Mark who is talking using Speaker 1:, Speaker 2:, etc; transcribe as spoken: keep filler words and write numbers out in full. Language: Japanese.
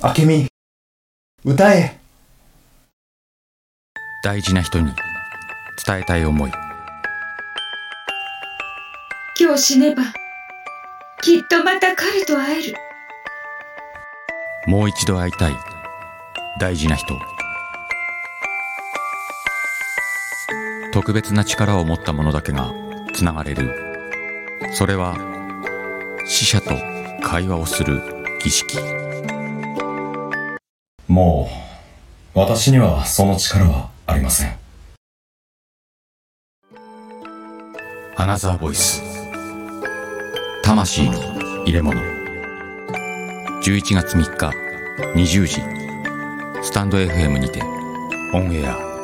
Speaker 1: 明美、歌え。
Speaker 2: 大事な人に伝えたい思い。
Speaker 3: 今日死ねばきっとまた彼と会える。
Speaker 2: もう一度会いたい大事な人。特別な力を持った者だけがつながれる。それは死者と会話をする儀式。
Speaker 4: もう私にはその力はありません。
Speaker 2: アナザーボイス、魂の入れ物。じゅういちがつみっかにじゅうじ、スタンド エフエム にてオンエア。